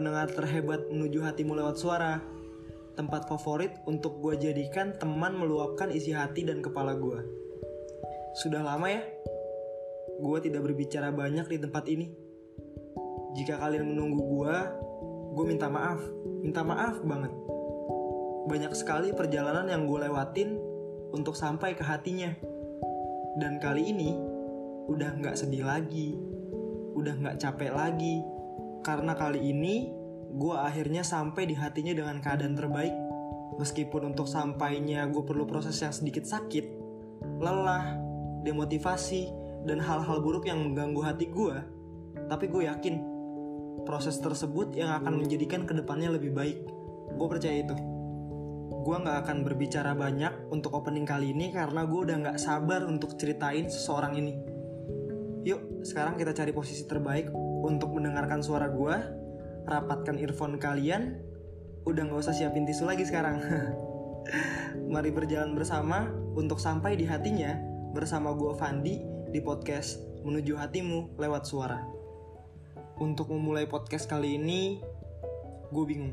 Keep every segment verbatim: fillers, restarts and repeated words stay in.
pendengar terhebat menuju hatimu lewat suara. Tempat favorit untuk gue jadikan teman meluapkan isi hati dan kepala gue. Sudah lama ya, gue tidak berbicara banyak di tempat ini. Jika kalian menunggu gue, gue minta maaf. Minta maaf banget. Banyak sekali perjalanan yang gue lewatin untuk sampai ke hatinya. Dan kali ini, udah gak sedih lagi. Udah gak capek lagi. Karena kali ini, gue akhirnya sampai di hatinya dengan keadaan terbaik. Meskipun untuk sampainya gue perlu proses yang sedikit sakit, lelah, demotivasi, dan hal-hal buruk yang mengganggu hati gue. Tapi gue yakin, proses tersebut yang akan menjadikan kedepannya lebih baik. Gue percaya itu. Gue gak akan berbicara banyak untuk opening kali ini karena gue udah gak sabar untuk ceritain seseorang ini. Yuk, sekarang kita cari posisi terbaik untuk mendengarkan suara gue. Rapatkan earphone kalian. Udah gak usah siapin tisu lagi sekarang. Mari berjalan bersama untuk sampai di hatinya bersama gue Fandi di podcast Menuju Hatimu Lewat Suara. Untuk memulai podcast kali ini, gue bingung.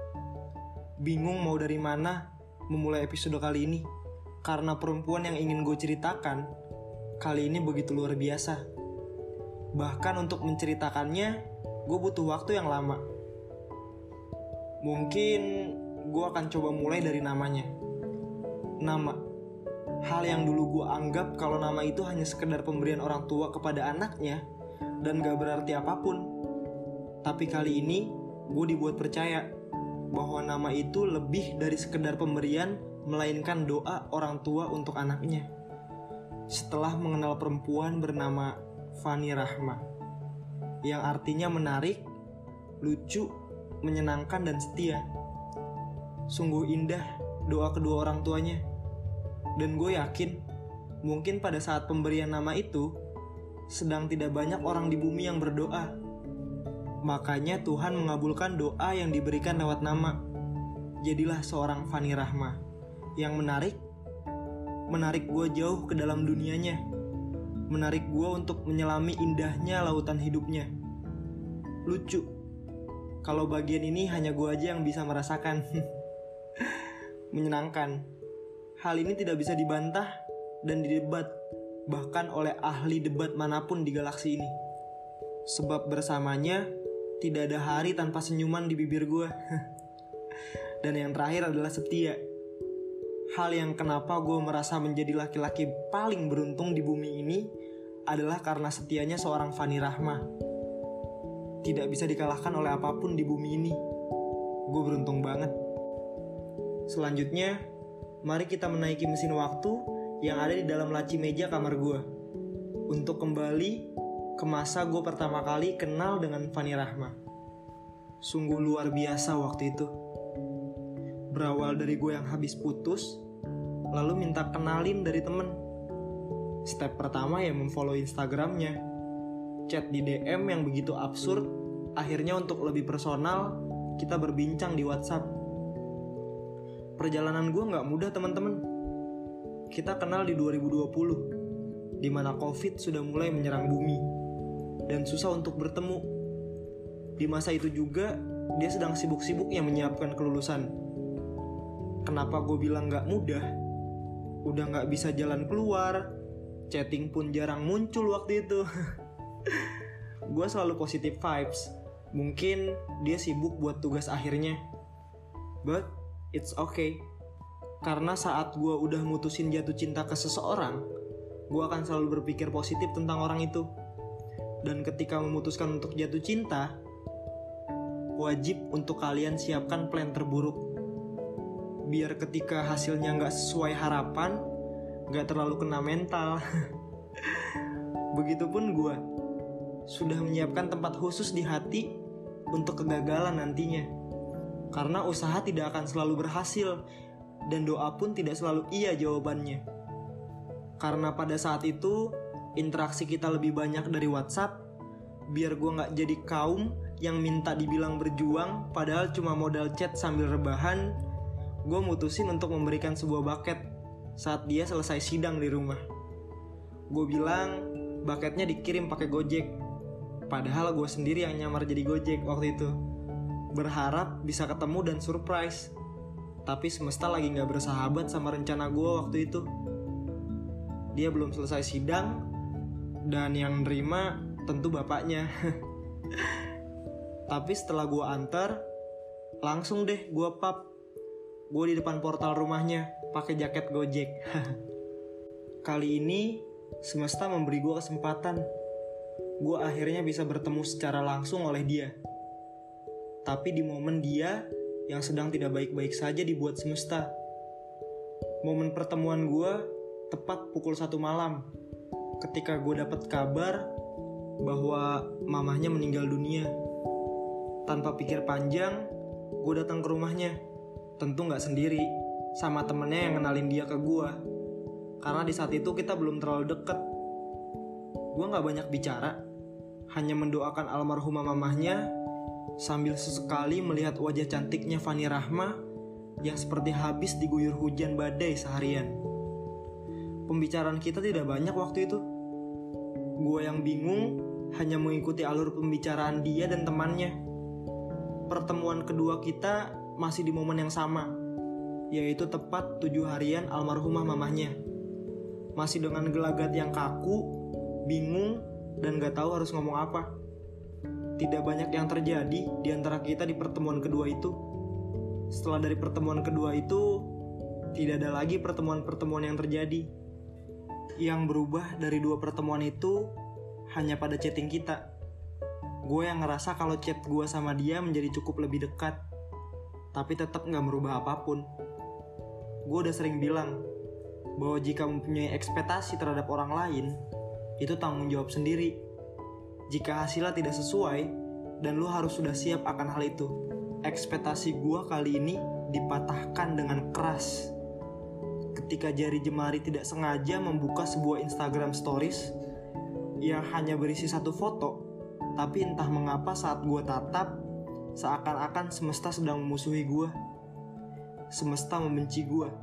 Bingung mau dari mana memulai episode kali ini. Karena perempuan yang ingin gue ceritakan kali ini begitu luar biasa. Bahkan untuk menceritakannya, gue butuh waktu yang lama. Mungkin gue akan coba mulai dari namanya. Nama. Hal yang dulu gue anggap kalau nama itu hanya sekedar pemberian orang tua kepada anaknya dan gak berarti apapun. Tapi kali ini gue dibuat percaya bahwa nama itu lebih dari sekedar pemberian, melainkan doa orang tua untuk anaknya. Setelah mengenal perempuan bernama Fani Rahma, yang artinya menarik, lucu, menyenangkan, dan setia. Sungguh indah doa kedua orang tuanya. Dan gue yakin, mungkin pada saat pemberian nama itu, sedang tidak banyak orang di bumi yang berdoa. Makanya Tuhan mengabulkan doa yang diberikan lewat nama. Jadilah seorang Fani Rahma yang menarik, menarik gue jauh ke dalam dunianya, menarik gue untuk menyelami indahnya lautan hidupnya. Lucu, kalau bagian ini hanya gue aja yang bisa merasakan. Menyenangkan, hal ini tidak bisa dibantah dan didebat, bahkan oleh ahli debat manapun di galaksi ini. Sebab bersamanya tidak ada hari tanpa senyuman di bibir gue. Dan yang terakhir adalah setia. Hal yang kenapa gue merasa menjadi laki-laki paling beruntung di bumi ini adalah karena setianya seorang Fani Rahma. Tidak bisa dikalahkan oleh apapun di bumi ini. Gue beruntung banget. Selanjutnya, mari kita menaiki mesin waktu yang ada di dalam laci meja kamar gue, untuk kembali ke masa gue pertama kali kenal dengan Fani Rahma. Sungguh luar biasa waktu itu. Berawal dari gue yang habis putus, lalu minta kenalin dari temen. Step pertama ya memfollow Instagramnya. Chat di D M yang begitu absurd. Akhirnya untuk lebih personal, kita berbincang di WhatsApp. Perjalanan gue gak mudah teman-teman. Kita kenal di dua ribu dua puluh, di mana Covid sudah mulai menyerang bumi dan susah untuk bertemu. Di masa itu juga dia sedang sibuk-sibuknya menyiapkan kelulusan. Kenapa gue bilang gak mudah? Udah gak bisa jalan keluar, chatting pun jarang muncul waktu itu. Gue selalu positive vibes. Mungkin dia sibuk buat tugas akhirnya. But it's okay. Karena saat gue udah mutusin jatuh cinta ke seseorang, gue akan selalu berpikir positif tentang orang itu. Dan ketika memutuskan untuk jatuh cinta, wajib untuk kalian siapkan plan terburuk. Biar ketika hasilnya gak sesuai harapan, gak terlalu kena mental. Begitupun gue sudah menyiapkan tempat khusus di hati untuk kegagalan nantinya. Karena usaha tidak akan selalu berhasil, dan doa pun tidak selalu iya jawabannya. Karena pada saat itu interaksi kita lebih banyak dari WhatsApp. Biar gue gak jadi kaum yang minta dibilang berjuang, padahal cuma modal chat sambil rebahan, gue mutusin untuk memberikan sebuah bucket saat dia selesai sidang di rumah. Gue bilang bucketnya dikirim pakai Gojek, padahal gue sendiri yang nyamar jadi Gojek waktu itu. berharap bisa ketemu dan surprise. Tapi semesta lagi gak bersahabat sama rencana gue waktu itu. Dia belum selesai sidang, dan yang nerima tentu bapaknya. Tapi setelah gue antar, langsung deh gue pap. Gue di depan portal rumahnya, pakai jaket Gojek. Kali ini, semesta memberi gue kesempatan. Gue akhirnya bisa bertemu secara langsung oleh dia. Tapi di momen dia yang sedang tidak baik-baik saja dibuat semesta. Momen pertemuan gue tepat pukul satu malam, ketika gue dapat kabar bahwa mamahnya meninggal dunia. Tanpa pikir panjang, gue datang ke rumahnya. Tentu gak sendiri, sama temennya yang kenalin dia ke gue. Karena di saat itu kita belum terlalu deket. Gue gak banyak bicara, hanya mendoakan almarhumah mamahnya, sambil sesekali melihat wajah cantiknya Fani Rahma yang seperti habis diguyur hujan badai seharian. Pembicaraan kita tidak banyak waktu itu. Gue yang bingung hanya mengikuti alur pembicaraan dia dan temannya. Pertemuan kedua kita masih di momen yang sama, yaitu tepat tujuh harian almarhumah mamahnya. Masih dengan gelagat yang kaku, bingung, dan gak tahu harus ngomong apa. Tidak banyak yang terjadi di antara kita di pertemuan kedua itu. Setelah dari pertemuan kedua itu, tidak ada lagi pertemuan-pertemuan yang terjadi. Yang berubah dari dua pertemuan itu hanya pada chatting kita. Gue yang ngerasa kalau chat gue sama dia menjadi cukup lebih dekat, tapi tetap gak merubah apapun. Gue udah sering bilang bahwa jika mempunyai ekspektasi terhadap orang lain, itu tanggung jawab sendiri. Jika hasilnya tidak sesuai, dan lu harus sudah siap akan hal itu. Ekspektasi gua kali ini dipatahkan dengan keras ketika jari jemari tidak sengaja membuka sebuah Instagram Stories yang hanya berisi satu foto, tapi entah mengapa saat gua tatap, seakan-akan semesta sedang memusuhi gua. Semesta membenci gua.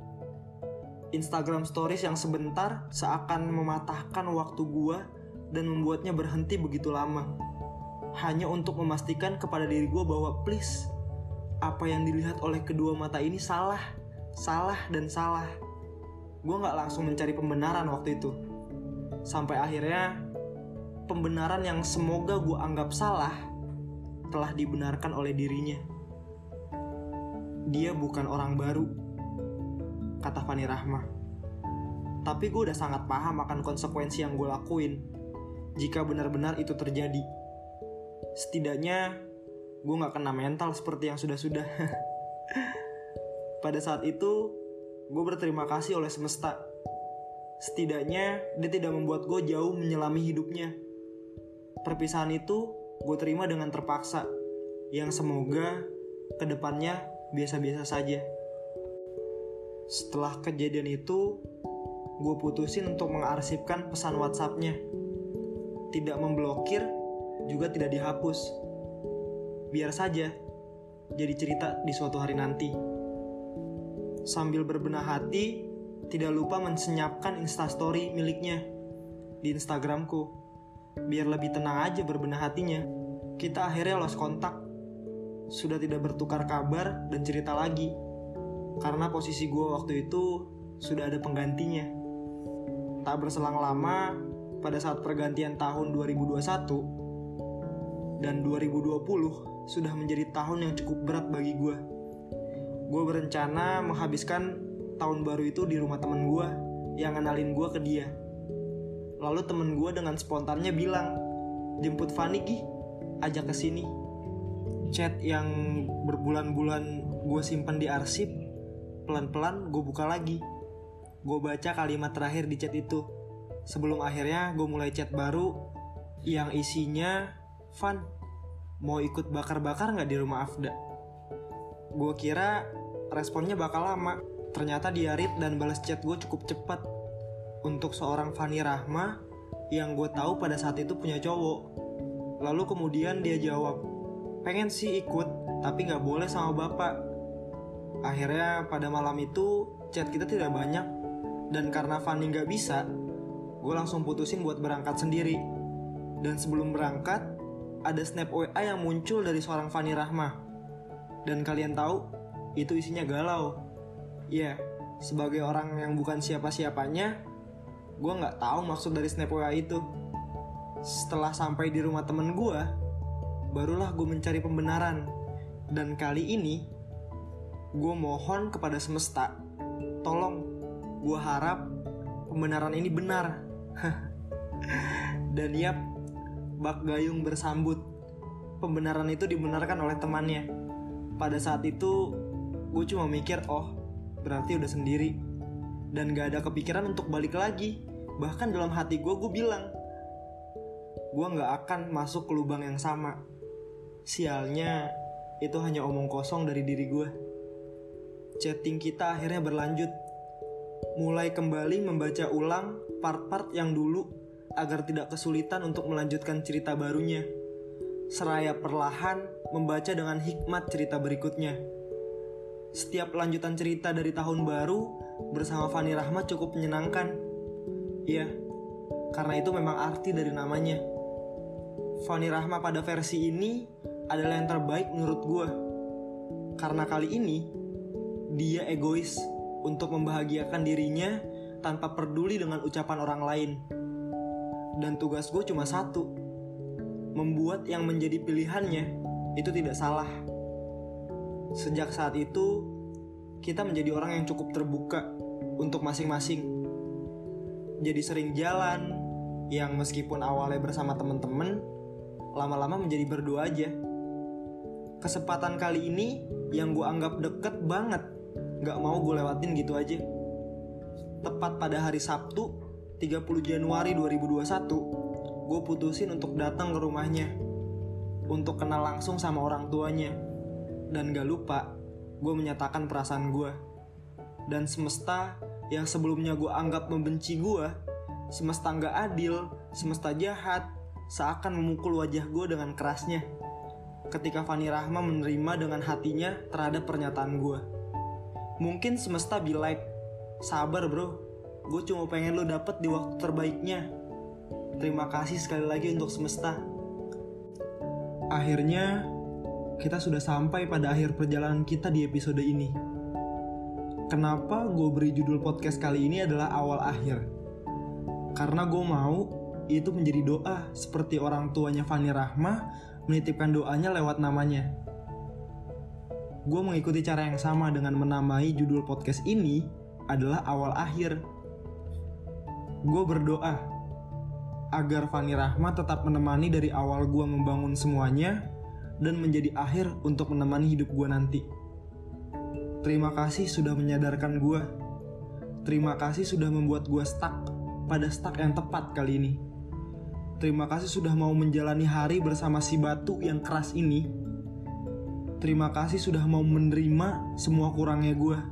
Instagram Stories yang sebentar seakan mematahkan waktu gua dan membuatnya berhenti begitu lama, hanya untuk memastikan kepada diri gue bahwa please, apa yang dilihat oleh kedua mata ini salah, salah dan salah. Gue gak langsung mencari pembenaran waktu itu. Sampai akhirnya, pembenaran yang semoga gue anggap salah telah dibenarkan oleh dirinya. Dia bukan orang baru, kata Fani Rahma. Tapi gue udah sangat paham akan konsekuensi yang gue lakuin jika benar-benar itu terjadi. Setidaknya gue gak kena mental seperti yang sudah-sudah. Pada saat itu gue berterima kasih oleh semesta. Setidaknya dia tidak membuat gue jauh menyelami hidupnya. Perpisahan itu gue terima dengan terpaksa, yang semoga kedepannya biasa-biasa saja. Setelah kejadian itu, gue putusin untuk mengarsipkan pesan WhatsApp-nya. Tidak memblokir, juga tidak dihapus. Biar saja jadi cerita di suatu hari nanti. Sambil berbenah hati, tidak lupa mensenyapkan instastory miliknya di Instagramku. Biar lebih tenang aja berbenah hatinya. Kita akhirnya lost kontak. Sudah tidak bertukar kabar dan cerita lagi, karena posisi gue waktu itu sudah ada penggantinya. Tak berselang lama, pada saat pergantian tahun dua ribu dua puluh satu dan dua ribu dua puluh sudah menjadi tahun yang cukup berat bagi gue. Gue berencana menghabiskan tahun baru itu di rumah temen gue yang kenalin gue ke dia. Lalu temen gue dengan spontannya bilang, jemput Fani Gi, ajak ke sini. Chat yang berbulan-bulan gue simpan di arsip, pelan-pelan gue buka lagi. Gue baca kalimat terakhir di chat itu, sebelum akhirnya gue mulai chat baru yang isinya, Van, mau ikut bakar-bakar gak di rumah Afda? Gue kira responnya bakal lama. Ternyata dia read dan balas chat gue cukup cepat. Untuk seorang Fani Rahma yang gue tahu pada saat itu punya cowok. Lalu kemudian dia jawab, pengen sih ikut, tapi gak boleh sama bapak. Akhirnya pada malam itu chat kita tidak banyak. Dan karena Fani gak bisa, gue langsung putusin buat berangkat sendiri. Dan sebelum berangkat, ada snap W A yang muncul dari seorang Fani Rahma. Dan kalian tahu, itu isinya galau. Ya, sebagai orang yang bukan siapa-siapanya, gue gak tahu maksud dari snap W A itu. Setelah sampai di rumah temen gue, barulah gue mencari pembenaran. Dan kali ini, gue mohon kepada semesta, tolong, gue harap pembenaran ini benar. Dan yap, bak gayung bersambut. Pembenaran itu dibenarkan oleh temannya. Pada saat itu, gue cuma mikir, oh, berarti udah sendiri. Dan gak ada kepikiran untuk balik lagi. Bahkan dalam hati gue, gue bilang, gue gak akan masuk ke lubang yang sama. Sialnya, itu hanya omong kosong dari diri gue. Chatting kita akhirnya berlanjut. Mulai kembali membaca ulang part-part yang dulu agar tidak kesulitan untuk melanjutkan cerita barunya. Seraya perlahan membaca dengan hikmat cerita berikutnya. Setiap lanjutan cerita dari tahun baru bersama Fani Rahma cukup menyenangkan. Iya, karena itu memang arti dari namanya. Fani Rahma pada versi ini adalah yang terbaik menurut gue. Karena kali ini dia egois untuk membahagiakan dirinya tanpa peduli dengan ucapan orang lain. Dan tugas gue cuma satu, membuat yang menjadi pilihannya itu tidak salah. Sejak saat itu, kita menjadi orang yang cukup terbuka untuk masing-masing. Jadi sering jalan, yang meskipun awalnya bersama teman-teman, lama-lama menjadi berdua aja. Kesempatan kali ini yang gue anggap deket banget, gak mau gue lewatin gitu aja. Tepat pada hari Sabtu, tiga puluh Januari dua ribu dua puluh satu, gue putusin untuk datang ke rumahnya, untuk kenal langsung sama orang tuanya. Dan gak lupa, gue menyatakan perasaan gue. Dan semesta yang sebelumnya gue anggap membenci gue, semesta gak adil, semesta jahat, seakan memukul wajah gue dengan kerasnya ketika Fani Rahma menerima dengan hatinya terhadap pernyataan gue. Mungkin semesta be like, sabar bro, gue cuma pengen lo dapet di waktu terbaiknya. Terima kasih sekali lagi untuk semesta. Akhirnya, kita sudah sampai pada akhir perjalanan kita di episode ini. Kenapa gue beri judul podcast kali ini adalah awal akhir? Karena gue mau itu menjadi doa seperti orang tuanya Fani Rahma menitipkan doanya lewat namanya. Gue mengikuti cara yang sama dengan menamai judul podcast ini adalah awal akhir. Gue berdoa agar Fani Rahma tetap menemani dari awal gue membangun semuanya dan menjadi akhir untuk menemani hidup gue nanti. Terima kasih sudah menyadarkan gue. Terima kasih sudah membuat gue stuck pada stuck yang tepat kali ini. Terima kasih sudah mau menjalani hari bersama si batu yang keras ini. Terima kasih sudah mau menerima semua kurangnya gue.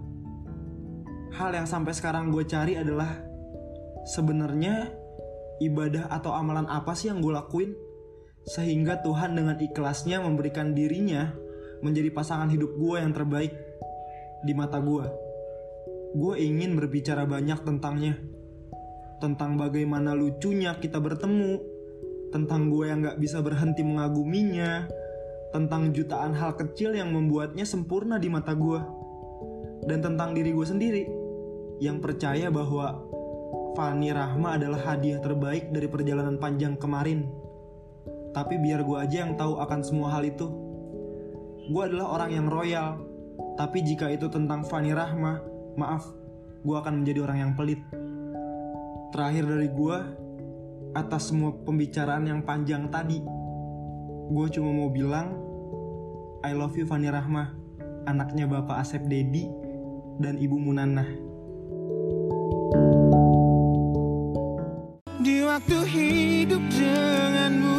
Hal yang sampai sekarang gue cari adalah, sebenarnya ibadah atau amalan apa sih yang gue lakuin sehingga Tuhan dengan ikhlasnya memberikan dirinya menjadi pasangan hidup gue yang terbaik di mata gue. Gue ingin berbicara banyak tentangnya, tentang bagaimana lucunya kita bertemu, tentang gue yang gak bisa berhenti mengaguminya, tentang jutaan hal kecil yang membuatnya sempurna di mata gue, dan tentang diri gue sendiri yang percaya bahwa Fani Rahma adalah hadiah terbaik dari perjalanan panjang kemarin. Tapi biar gue aja yang tahu akan semua hal itu. Gue adalah orang yang royal, tapi jika itu tentang Fani Rahma, maaf, gue akan menjadi orang yang pelit. Terakhir dari gue, atas semua pembicaraan yang panjang tadi, gue cuma mau bilang I love you Fani Rahma, anaknya Bapak Asep Dedi dan Ibu Munannah. Di waktu hidup denganmu